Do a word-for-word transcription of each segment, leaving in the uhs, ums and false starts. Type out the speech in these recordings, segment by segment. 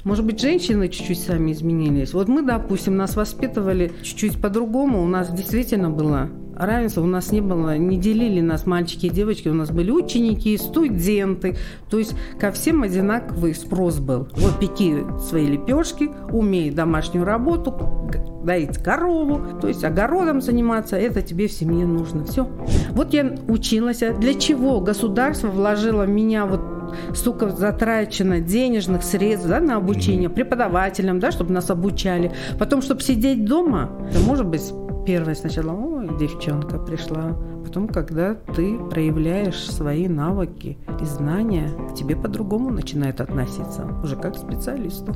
Может быть, женщины чуть-чуть сами изменились. Вот мы, допустим, нас воспитывали чуть-чуть по-другому. У нас действительно было равенство, у нас не было, не делили нас мальчики и девочки, у нас были ученики, студенты. То есть ко всем одинаковый спрос был. Вот пеки свои лепешки, умей домашнюю работу, доить корову, то есть огородом заниматься, это тебе в семье нужно. Все. Вот я училась. Для чего государство вложило в меня вот столько затрачено денежных средств, да, на обучение преподавателям, да, чтобы нас обучали. Потом, чтобы сидеть дома, это может быть первое сначала, ой, девчонка пришла. Потом, когда ты проявляешь свои навыки и знания, к тебе по-другому начинают относиться, уже как к специалисту.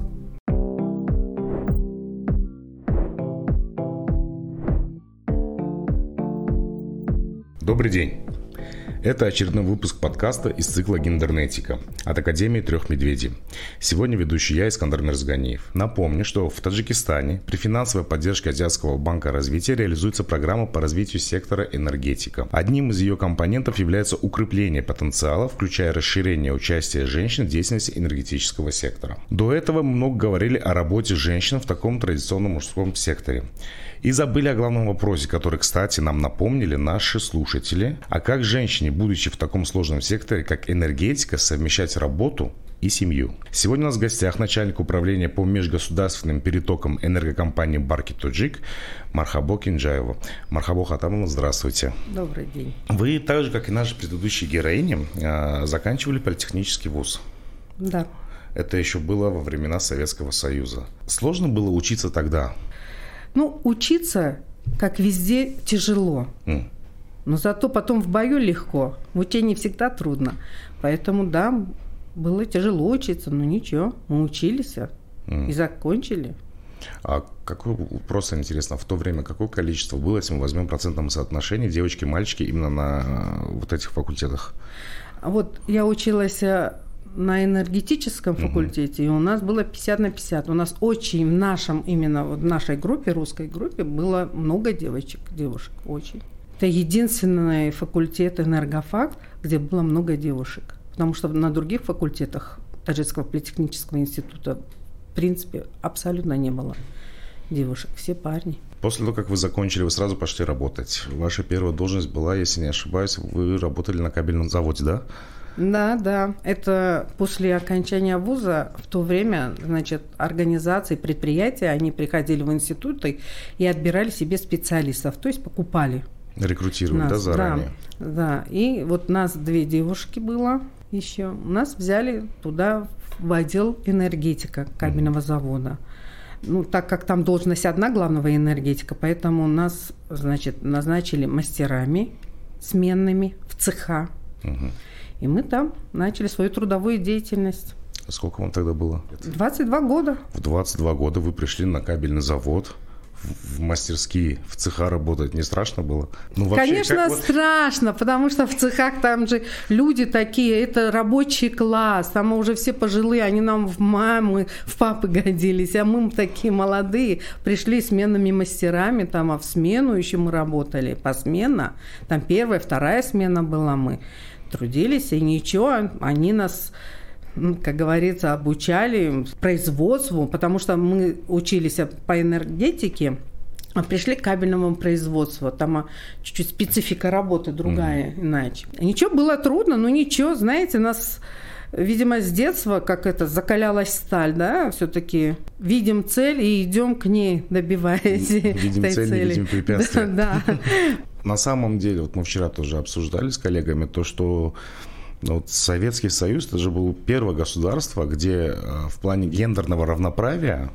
Добрый день! Это очередной выпуск подкаста из цикла «Гендернетика» от Академии трех медведей. Сегодня ведущий я, Искандер Мирзганиев. Напомню, что в Таджикистане при финансовой поддержке Азиатского банка развития реализуется программа по развитию сектора энергетика. Одним из ее компонентов является укрепление потенциала, включая расширение участия женщин в деятельности энергетического сектора. До этого мы много говорили о работе женщин в таком традиционном мужском секторе. И забыли о главном вопросе, который, кстати, нам напомнили наши слушатели. А как женщине, будучи в таком сложном секторе, как энергетика, совмещать работу и семью? Сегодня у нас в гостях начальник управления по межгосударственным перетокам энергокомпании Барки Тоджик Мархабо Кинджаева. Мархабо Хатамовна, здравствуйте. Добрый день. Вы, так же, как и наши предыдущие героини, заканчивали политехнический вуз. Да. Это еще было во времена Советского Союза. Сложно было учиться тогда? Ну, учиться, как везде, тяжело. Mm. Но зато потом в бою легко. В учении всегда трудно. Поэтому, да, было тяжело учиться, но ничего, мы учились mm. и закончили. А какой, просто интересно, в то время какое количество было, если мы возьмем в процентном соотношении девочки и мальчики именно на вот этих факультетах? Вот я училась на энергетическом факультете, uh-huh. и у нас было пятьдесят на пятьдесят. У нас очень в нашем, именно в нашей группе, русской группе, было много девочек, девушек, очень. Это единственный факультет энергофак, где было много девушек. Потому что на других факультетах Таджикского политехнического института, в принципе, абсолютно не было девушек, все парни. После того, как вы закончили, вы сразу пошли работать. Ваша первая должность была, если не ошибаюсь, вы работали на кабельном заводе, да? Да, да. Это после окончания вуза в то время, значит, организации, предприятия, они приходили в институты и отбирали себе специалистов, то есть покупали. Рекрутировали, нас, да, заранее? Да, да. И вот нас две девушки было еще. Нас взяли туда в отдел энергетика кабельного mm-hmm. завода. Ну, так как там должность одна главного энергетика, поэтому нас, значит, назначили мастерами сменными в цеха. Mm-hmm. И мы там начали свою трудовую деятельность. А сколько вам тогда было? двадцать два года. В двадцать два года вы пришли на кабельный завод, в мастерские, в цеха работать. Не страшно было? Ну, вообще, конечно, вот... страшно, потому что в цехах там же люди такие, это рабочий класс, там уже все пожилые, они нам в мамы, в папы годились, а мы такие молодые, пришли сменными мастерами, там, а в смену еще мы работали, посменно, там первая, вторая смена была мы. Трудились, и ничего, они нас, как говорится, обучали производству, потому что мы учились по энергетике, а пришли к кабельному производству. Там чуть-чуть специфика работы другая, mm-hmm. иначе. Ничего, было трудно, но ничего, знаете, нас, видимо, с детства, как это, закалялась сталь, да, все-таки видим цель и идем к ней, добиваясь видим этой цель, цели. Не видим препятствия. Да, да. На самом деле, вот мы вчера тоже обсуждали с коллегами то, что ну, вот Советский Союз, это же было первое государство, где в плане гендерного равноправия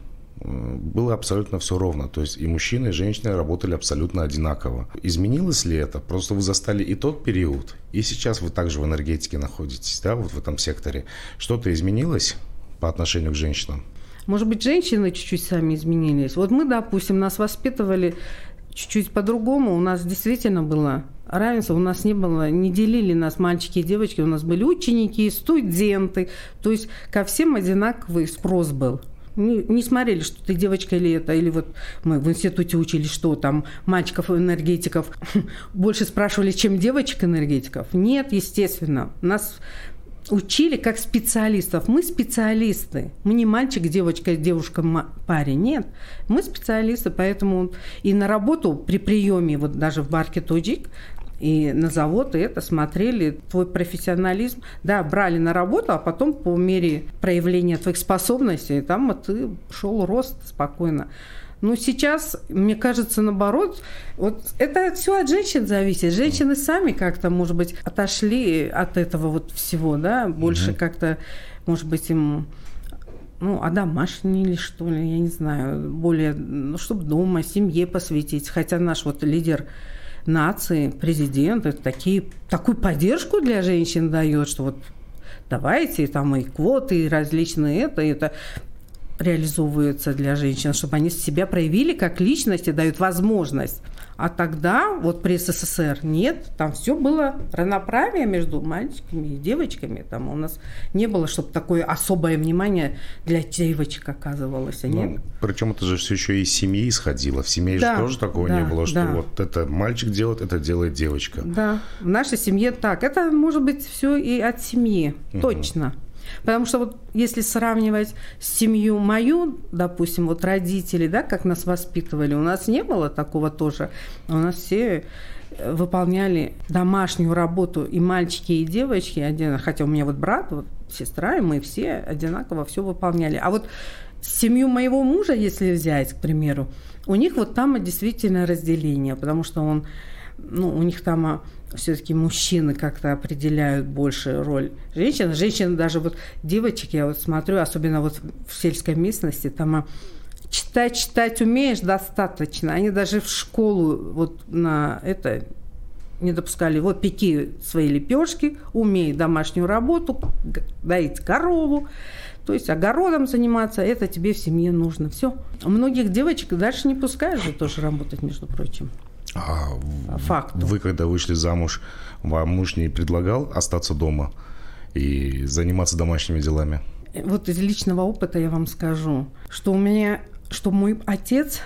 было абсолютно все ровно. То есть и мужчины, и женщины работали абсолютно одинаково. Изменилось ли это? Просто вы застали и тот период, и сейчас вы также в энергетике находитесь, да, вот в этом секторе. Что-то изменилось по отношению к женщинам? Может быть, женщины чуть-чуть сами изменились. Вот мы, допустим, нас воспитывали чуть-чуть по-другому. У нас действительно было равенство, у нас не было, не делили нас мальчики и девочки, у нас были ученики, студенты. То есть ко всем одинаковый спрос был. Не, не смотрели, что ты девочка или это, или вот мы в институте учились, что там мальчиков-энергетиков больше спрашивали, чем девочек-энергетиков. Нет, естественно. Нас учили как специалистов. Мы специалисты. Мы не мальчик, девочка, девушка, парень. Нет. Мы специалисты, поэтому и на работу при приеме, вот даже в барке «Тоджик», и на завод, и это смотрели, твой профессионализм, да, брали на работу, а потом по мере проявления твоих способностей, там вот ты шел рост спокойно. Но сейчас, мне кажется, наоборот, вот это все от женщин зависит. Женщины сами как-то, может быть, отошли от этого вот всего, да, больше mm-hmm. как-то, может быть, им, ну, одомашнили, что ли, я не знаю, более, ну, чтобы дома, семье посвятить. Хотя наш вот лидер нации, президент, это такие, такую поддержку для женщин дает, что вот давайте, там и квоты, и различные это, это реализовываются для женщин, чтобы они себя проявили как личности, дают возможность. А тогда, вот при СССР, нет, там все было равноправие между мальчиками и девочками. Там у нас не было, чтобы такое особое внимание для девочек оказывалось. Нет? Ну, причем это же все еще из семьи исходило. В семье да, же тоже такого да, не было, что да. вот это мальчик делает, это делает девочка. Да, в нашей семье так. Это может быть все и от семьи, угу. точно. Потому что вот если сравнивать семью мою, допустим, вот родители, да, как нас воспитывали, у нас не было такого тоже. У нас все выполняли домашнюю работу, и мальчики, и девочки, один, хотя у меня вот брат, вот сестра, и мы все одинаково все выполняли. А вот семью моего мужа, если взять, к примеру, у них вот там действительно разделение, потому что он, ну, у них там все-таки мужчины как-то определяют больше роль женщин. Женщины, даже вот девочек, я вот смотрю, особенно вот в сельской местности, там читать, читать умеешь, достаточно. Они даже в школу вот на это не допускали. Вот пеки свои лепешки, умей домашнюю работу, доить корову, то есть огородом заниматься, это тебе в семье нужно. Все. У многих девочек дальше не пускают же тоже работать, между прочим. А Факт. Вы, когда вышли замуж, вам муж не предлагал остаться дома и заниматься домашними делами? Вот из личного опыта я вам скажу, что у меня, что мой отец,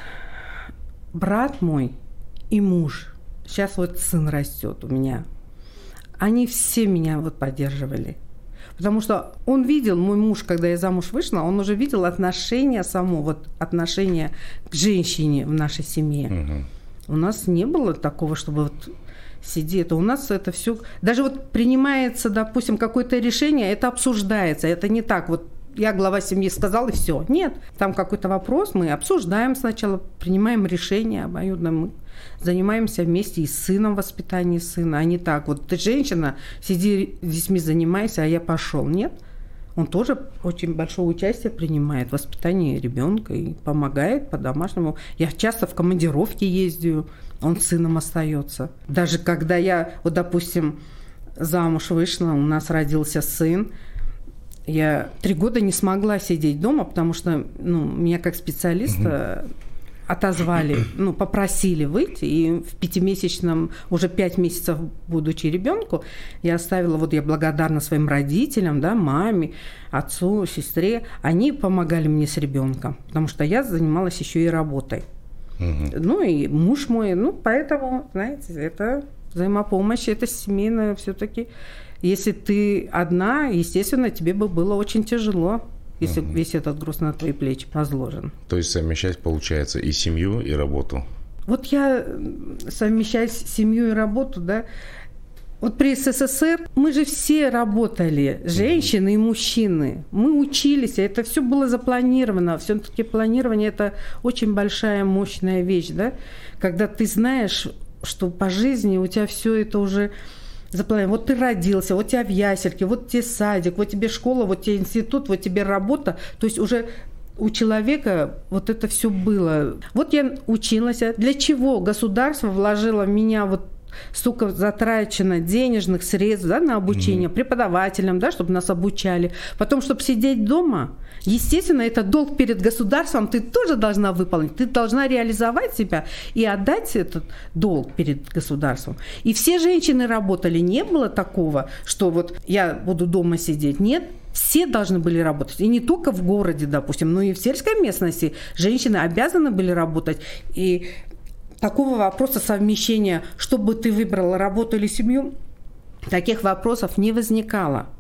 брат мой и муж, сейчас вот сын растет у меня, они все меня вот поддерживали. Потому что он видел, мой муж, когда я замуж вышла, он уже видел отношение само, вот отношение к женщине в нашей семье. Угу. У нас не было такого, чтобы вот сидеть. У нас это все... Даже вот принимается, допустим, какое-то решение, это обсуждается. Это не так, вот я глава семьи сказал, и все. Нет, там какой-то вопрос, мы обсуждаем сначала, принимаем решение обоюдно. Мы занимаемся вместе и с сыном, воспитанием сына, а не так. Вот ты женщина, сиди с детьми, занимайся, а я пошел. Нет. Он тоже очень большое участие принимает в воспитании ребенка и помогает по-домашнему. Я часто в командировке ездю, он с сыном остается. Даже когда я, вот, допустим, замуж вышла, у нас родился сын, я три года не смогла сидеть дома, потому что, ну, меня как специалиста отозвали, ну, попросили выйти, и в пятимесячном, уже пять месяцев будучи ребенку, я оставила, вот я благодарна своим родителям, да, маме, отцу, сестре, они помогали мне с ребенком, потому что я занималась еще и работой. Угу. Ну, и муж мой, ну, поэтому, знаете, это взаимопомощь, это семейное все-таки. Если ты одна, естественно, тебе бы было очень тяжело, если угу. весь этот груз на твои плечи возложен. То есть совмещать, получается, и семью, и работу? Вот я совмещаю семью и работу, да. Вот при СССР мы же все работали, женщины угу. и мужчины. Мы учились, это все было запланировано. Все-таки планирование – это очень большая, мощная вещь, да. Когда ты знаешь, что по жизни у тебя все это уже... запланировано. Вот ты родился, вот тебя в ясельке, вот тебе садик, вот тебе школа, вот тебе институт, вот тебе работа. То есть уже у человека вот это все было. Вот я училась. Для чего государство вложило в меня вот столько затрачено денежных средств, да, на обучение, mm-hmm. преподавателям, да, чтобы нас обучали. Потом, чтобы сидеть дома, естественно, это долг перед государством, ты тоже должна выполнить. Ты должна реализовать себя и отдать этот долг перед государством. И все женщины работали. Не было такого, что вот я буду дома сидеть. Нет. Все должны были работать. И не только в городе, допустим, но и в сельской местности. Женщины обязаны были работать. И такого вопроса совмещения, чтобы ты выбрала работу или семью, таких вопросов не возникало.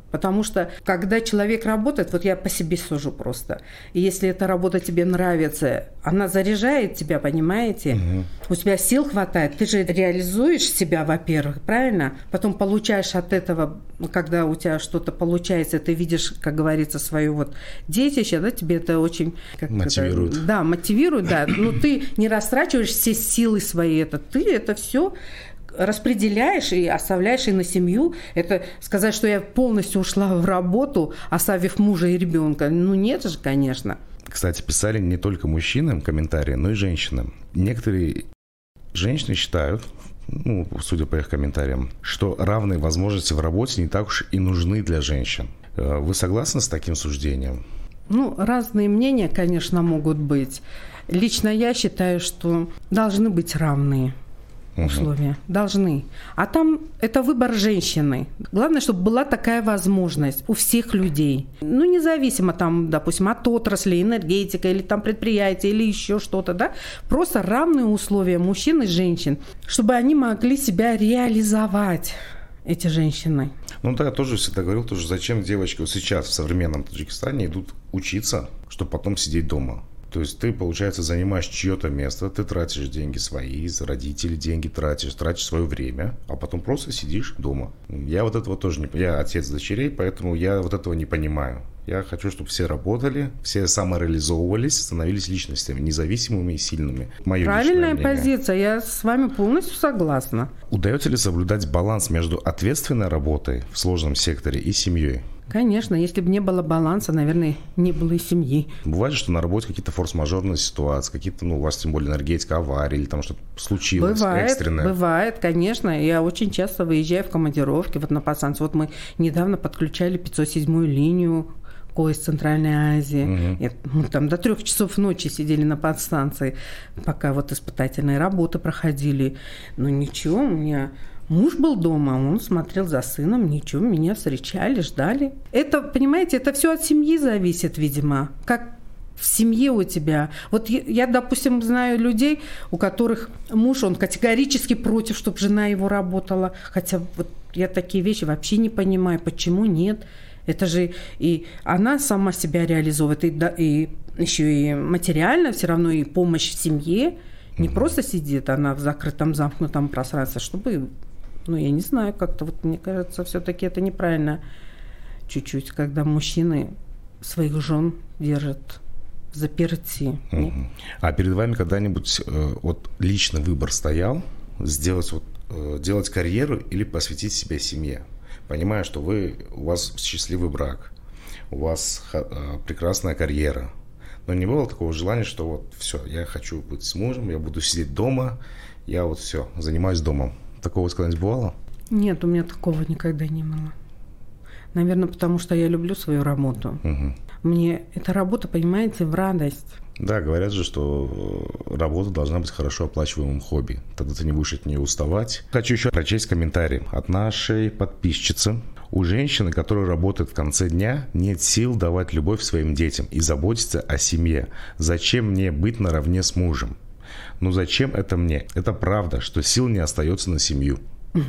Потому что, когда человек работает, вот я по себе сужу просто, и если эта работа тебе нравится, она заряжает тебя, понимаете? Угу. У тебя сил хватает, ты же реализуешь себя, во-первых, правильно? Потом получаешь от этого, когда у тебя что-то получается, ты видишь, как говорится, свою вот детище, да, тебе это очень... Как мотивирует. Это, да, мотивирует, да. Но ты не растрачиваешь все силы свои, это ты это все... распределяешь и оставляешь и на семью. Это сказать, что я полностью ушла в работу, оставив мужа и ребенка. Ну, нет же, конечно. Кстати, писали не только мужчинам комментарии, но и женщинам. Некоторые женщины считают, ну, судя по их комментариям, что равные возможности в работе не так уж и нужны для женщин. Вы согласны с таким суждением? Ну, разные мнения, конечно, могут быть. Лично я считаю, что должны быть равные условия. Угу. Должны. А там это выбор женщины. Главное, чтобы была такая возможность у всех людей. Ну, независимо там, допустим, от отрасли, энергетика или там предприятия или еще что-то, да. Просто равные условия мужчин и женщин, чтобы они могли себя реализовать, эти женщины. Ну да, я тоже всегда говорил, тоже, зачем девочки вот сейчас в современном Таджикистане идут учиться, чтобы потом сидеть дома. То есть ты, получается, занимаешь чье-то место, ты тратишь деньги свои, родители деньги тратишь, тратишь свое время, а потом просто сидишь дома. Я вот этого тоже не... Я отец дочерей, поэтому я вот этого не понимаю. Я хочу, чтобы все работали, все самореализовывались, становились личностями, независимыми и сильными. Моё Правильная позиция, я с вами полностью согласна. Удается ли соблюдать баланс между ответственной работой в сложном секторе и семьей? Конечно, если бы не было баланса, наверное, не было и семьи. Бывает, что на работе какие-то форс-мажорные ситуации, какие-то, ну, у вас тем более энергетика, аварии или там что-то случилось бывает, экстренное? Бывает, конечно. Я очень часто выезжаю в командировки вот на подстанцию. Вот мы недавно подключали пятьсот седьмую линию из Центральной Азии. Угу. И мы там до трех часов ночи сидели на подстанции, пока вот испытательные работы проходили. Но ничего, у меня... Муж был дома, он смотрел за сыном, ничего, меня встречали, ждали. Это, понимаете, это все от семьи зависит, видимо. Как в семье у тебя. Вот я, я, допустим, знаю людей, у которых муж, он категорически против, чтобы жена его работала. Хотя вот я такие вещи вообще не понимаю, почему нет. Это же и она сама себя реализовывает, и, да, и еще и материально все равно, и помощь семье. Не mm-hmm. просто сидит она в закрытом, замкнутом пространстве, чтобы... Ну, я не знаю, как-то вот, мне кажется, все-таки это неправильно чуть-чуть, когда мужчины своих жен держат заперти. Угу. А перед вами когда-нибудь э, вот личный выбор стоял сделать, вот, э, делать карьеру или посвятить себя семье? Понимая, что вы, у вас счастливый брак, у вас э, прекрасная карьера, но не было такого желания, что вот все, я хочу быть с мужем, я буду сидеть дома, я вот все, занимаюсь домом. Такого сказать бывало? Нет, у меня такого никогда не было. Наверное, потому что я люблю свою работу. Угу. Мне эта работа, понимаете, в радость. Да, говорят же, что работа должна быть хорошо оплачиваемым хобби. Тогда ты не будешь от нее уставать. Хочу еще прочесть комментарий от нашей подписчицы. У женщины, которая работает в конце дня, нет сил давать любовь своим детям и заботиться о семье. Зачем мне быть наравне с мужем? Ну зачем это мне? Это правда, что сил не остается на семью.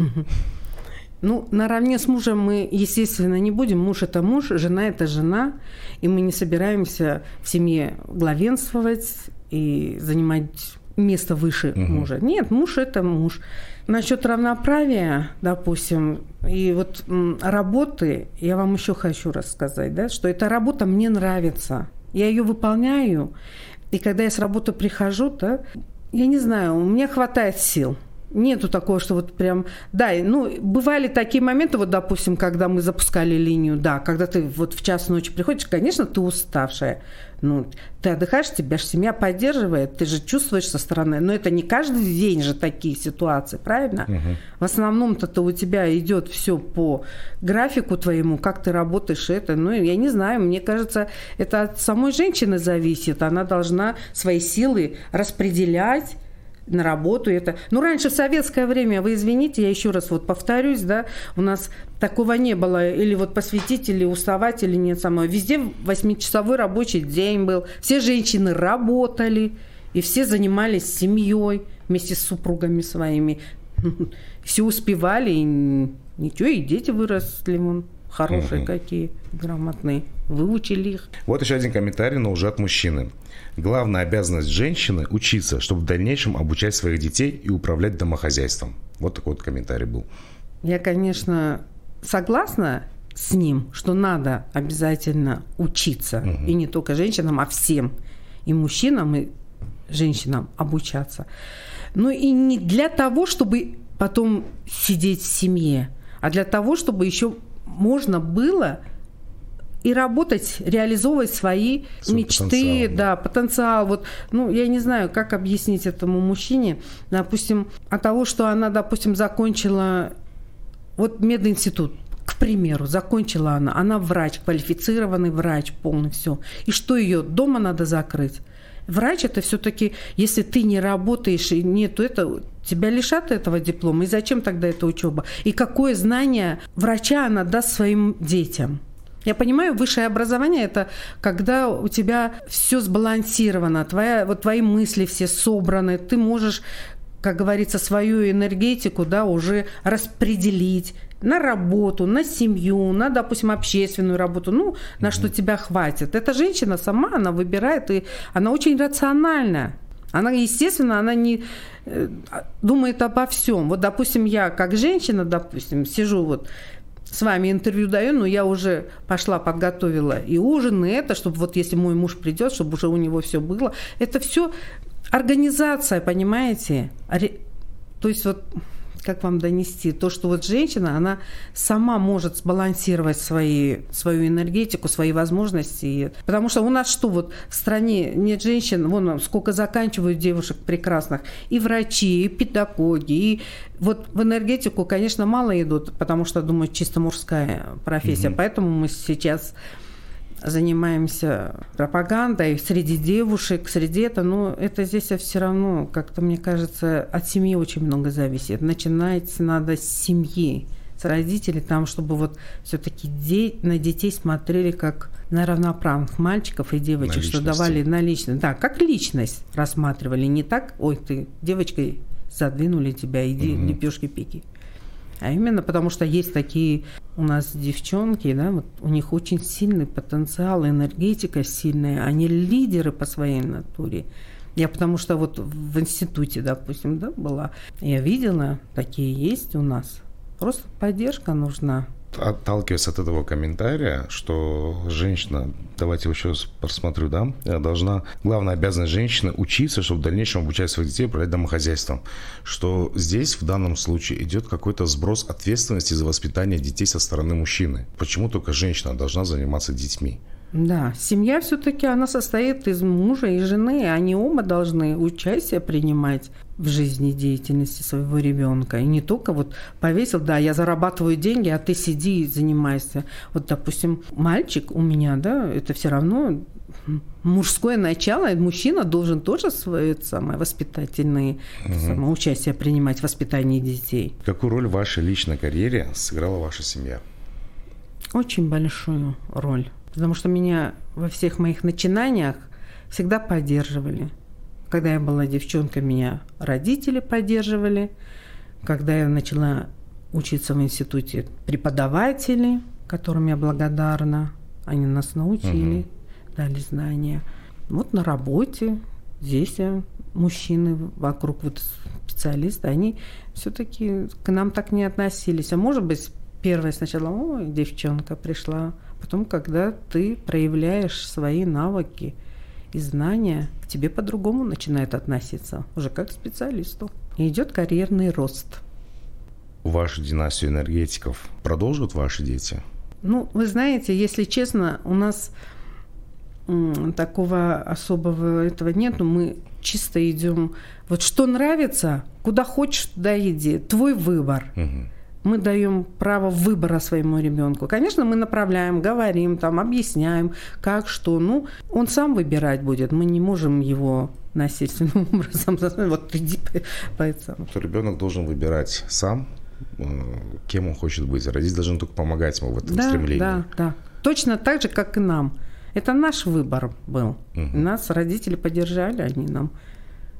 Ну, наравне с мужем мы, естественно, не будем. Муж – это муж, жена – это жена. И мы не собираемся в семье главенствовать и занимать место выше угу. мужа. Нет, муж – это муж. Насчет равноправия, допустим, и вот работы, я вам еще хочу рассказать, да, что эта работа мне нравится. Я ее выполняю. И когда я с работы прихожу, да, я не знаю, у меня хватает сил. Нету такого, что вот прям... Да, ну, бывали такие моменты, вот, допустим, когда мы запускали линию, да, когда ты вот в час ночи приходишь, конечно, ты уставшая. Ну, ты отдыхаешь, тебя же семья поддерживает, ты же чувствуешь со стороны. Но это не каждый день же такие ситуации, правильно? Угу. В основном-то у тебя идет все по графику твоему, как ты работаешь, это. Ну, я не знаю, мне кажется, это от самой женщины зависит. Она должна свои силы распределять на работу. Это... Ну, раньше в советское время, вы извините, я еще раз вот повторюсь, да, у нас такого не было. Или вот посвятить, или уставать, или нет самое. Везде восьмичасовой рабочий день был. Все женщины работали, и все занимались семьей вместе с супругами своими. Все успевали, и ничего, и дети выросли. Вон. хорошие угу. какие, грамотные. Выучили их. Вот еще один комментарий, но уже от мужчины. Главная обязанность женщины – учиться, чтобы в дальнейшем обучать своих детей и управлять домохозяйством. Вот такой вот комментарий был. Я, конечно, согласна с ним, что надо обязательно учиться. Угу. И не только женщинам, а всем. И мужчинам, и женщинам обучаться. Но и не для того, чтобы потом сидеть в семье, а для того, чтобы еще можно было и работать, реализовывать свои Свой мечты, потенциал, да, да, потенциал. Вот, ну, я не знаю, как объяснить этому мужчине, допустим, от того, что она, допустим, закончила вот мединститут, к примеру, закончила она, она врач, квалифицированный врач, полный, все. И что ее дома надо закрыть? Врач это все-таки, если ты не работаешь и нету этого, тебя лишат этого диплома. И зачем тогда эта учеба? И какое знание врача она даст своим детям? Я понимаю, высшее образование – это когда у тебя все сбалансировано, твоя, вот твои мысли все собраны, ты можешь, как говорится, свою энергетику, да, уже распределить на работу, на семью, на, допустим, общественную работу, ну, на mm-hmm. что тебя хватит. Эта женщина сама, она выбирает, и она очень рациональна. Она, естественно, она не думает обо всем. Вот, допустим, я как женщина, допустим, сижу вот, с вами интервью даю, но я уже пошла, подготовила и ужин, и это, чтобы вот если мой муж придет, чтобы уже у него все было. Это все организация, понимаете? То есть вот как вам донести? То, что вот женщина, она сама может сбалансировать свои, свою энергетику, свои возможности. Потому что у нас что, вот в стране нет женщин, вон сколько заканчивают девушек прекрасных, и врачи, и педагоги, и вот в энергетику, конечно, мало идут, потому что, думаю, чисто мужская профессия. Mm-hmm. Поэтому мы сейчас занимаемся пропагандой среди девушек, среди этого, но это здесь все равно, как-то, мне кажется, от семьи очень много зависит. Начинать надо с семьи, с родителей, там, чтобы вот все-таки де- на детей смотрели как на равноправных мальчиков и девочек, что давали на личность. Да, как личность рассматривали, не так, ой, ты девочкой задвинули тебя, иди mm-hmm. лепешки пеки. А именно потому, что есть такие у нас девчонки, да, вот у них очень сильный потенциал, энергетика сильная, они лидеры по своей натуре. Я потому что вот в институте, допустим, да, была, я видела, такие есть у нас. Просто поддержка нужна. Отталкиваясь от этого комментария, что женщина, давайте еще раз просмотрю, да, должна, главная обязанность женщины учиться, чтобы в дальнейшем обучать своих детей управлять домохозяйством. Что здесь в данном случае идет какой-то сброс ответственности за воспитание детей со стороны мужчины. Почему только женщина должна заниматься детьми? Да, семья все-таки она состоит из мужа и жены, они оба должны участие принимать в жизни деятельности своего ребенка. И не только вот повесил, да, я зарабатываю деньги, а ты сиди и занимайся. Вот, допустим, мальчик у меня, да, это все равно мужское начало, мужчина должен тоже свое самое воспитательное угу. самое участие принимать в воспитании детей. Какую роль в вашей личной карьере сыграла ваша семья? Очень большую роль. Потому что меня во всех моих начинаниях всегда поддерживали. Когда я была девчонкой, меня родители поддерживали. Когда я начала учиться в институте, преподаватели, которым я благодарна, они нас научили, угу. дали знания. Вот на работе, здесь мужчины вокруг, вот специалисты, они все-таки к нам так не относились. А может быть, первое сначала, ой, девчонка пришла. Потом, когда ты проявляешь свои навыки и знания, к тебе по-другому начинают относиться, уже как к специалисту. И идет карьерный рост. Вашу династию энергетиков продолжат ваши дети? Ну, вы знаете, если честно, у нас м, такого особого этого нет, но мы чисто идем. Вот что нравится, куда хочешь, туда иди. Твой выбор. Угу. Мы даем право выбора своему ребенку. Конечно, мы направляем, говорим, там, объясняем, как, что. Ну, он сам выбирать будет. Мы не можем его насильственным образом заставить. Вот иди по этому. Ребенок должен выбирать сам, кем он хочет быть. Родители должны только помогать ему в этом да, стремлении. Да, да. Точно так же, как и нам. Это наш выбор был. Угу. Нас родители поддержали, они нам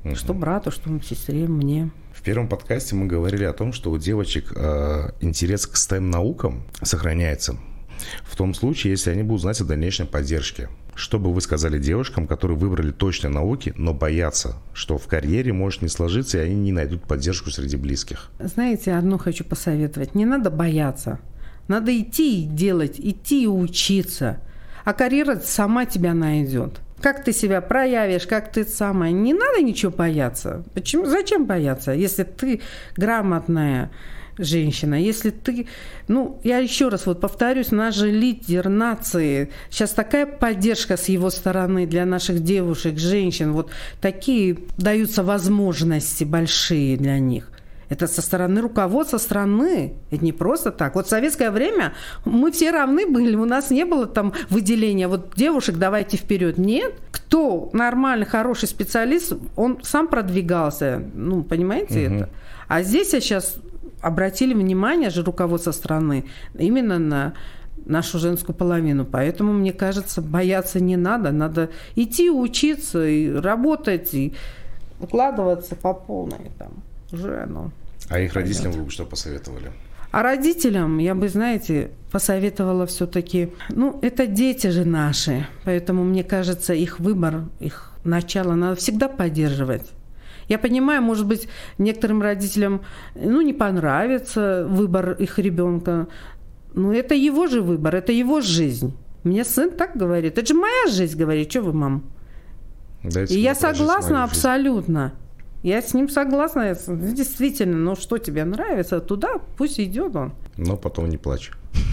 Угу. Что брату, что сестре, мне. В первом подкасте мы говорили о том, что у девочек э, интерес к стэм-наукам сохраняется в том случае, если они будут знать о дальнейшей поддержке. Что бы вы сказали девушкам, которые выбрали точные науки, но боятся, что в карьере может не сложиться, и они не найдут поддержку среди близких? Знаете, одно хочу посоветовать. Не надо бояться. Надо идти и делать, идти и учиться. А карьера сама тебя найдет. Как ты себя проявишь, как ты сама. Не надо ничего бояться. Почему? Зачем бояться, если ты грамотная женщина, если ты... Ну, я еще раз вот повторюсь, наш же лидер нации. Сейчас такая поддержка с его стороны для наших девушек, женщин. Вот такие даются возможности большие для них. Это со стороны руководства страны. Это не просто так. Вот в советское время мы все равны были. У нас не было там выделения. Вот девушек давайте вперед. Нет. Кто нормальный, хороший специалист, он сам продвигался. Ну, понимаете угу. это? А здесь я сейчас обратили внимание же руководство страны именно на нашу женскую половину. Поэтому, мне кажется, бояться не надо. Надо идти учиться, и работать, и укладываться по полной там. Уже, ну, а их родителям вы бы что посоветовали? А родителям я бы, знаете, посоветовала все-таки, ну, это дети же наши, поэтому, мне кажется, их выбор, их начало надо всегда поддерживать. Я понимаю, может быть, некоторым родителям, ну, не понравится выбор их ребенка, но это его же выбор, это его жизнь. Мне сын так говорит, это же моя жизнь, говорит, что вы, мам? Дайте И я согласна абсолютно. Я с ним согласна, действительно, но что тебе нравится, туда пусть идет он. Но потом не плачь.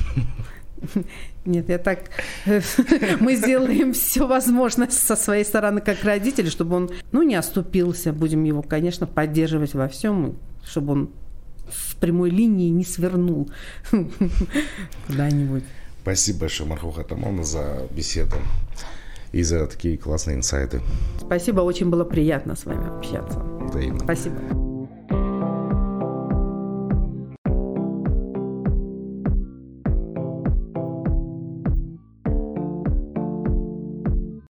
Нет, я так... Мы сделаем все возможное со своей стороны, как родители, чтобы он, ну, не оступился. Будем его, конечно, поддерживать во всем, чтобы он с прямой линии не свернул куда-нибудь. Спасибо большое, Марфуха Атамановна, за беседу и за такие классные инсайты. Спасибо, очень было приятно с вами общаться. Взаимно. Спасибо.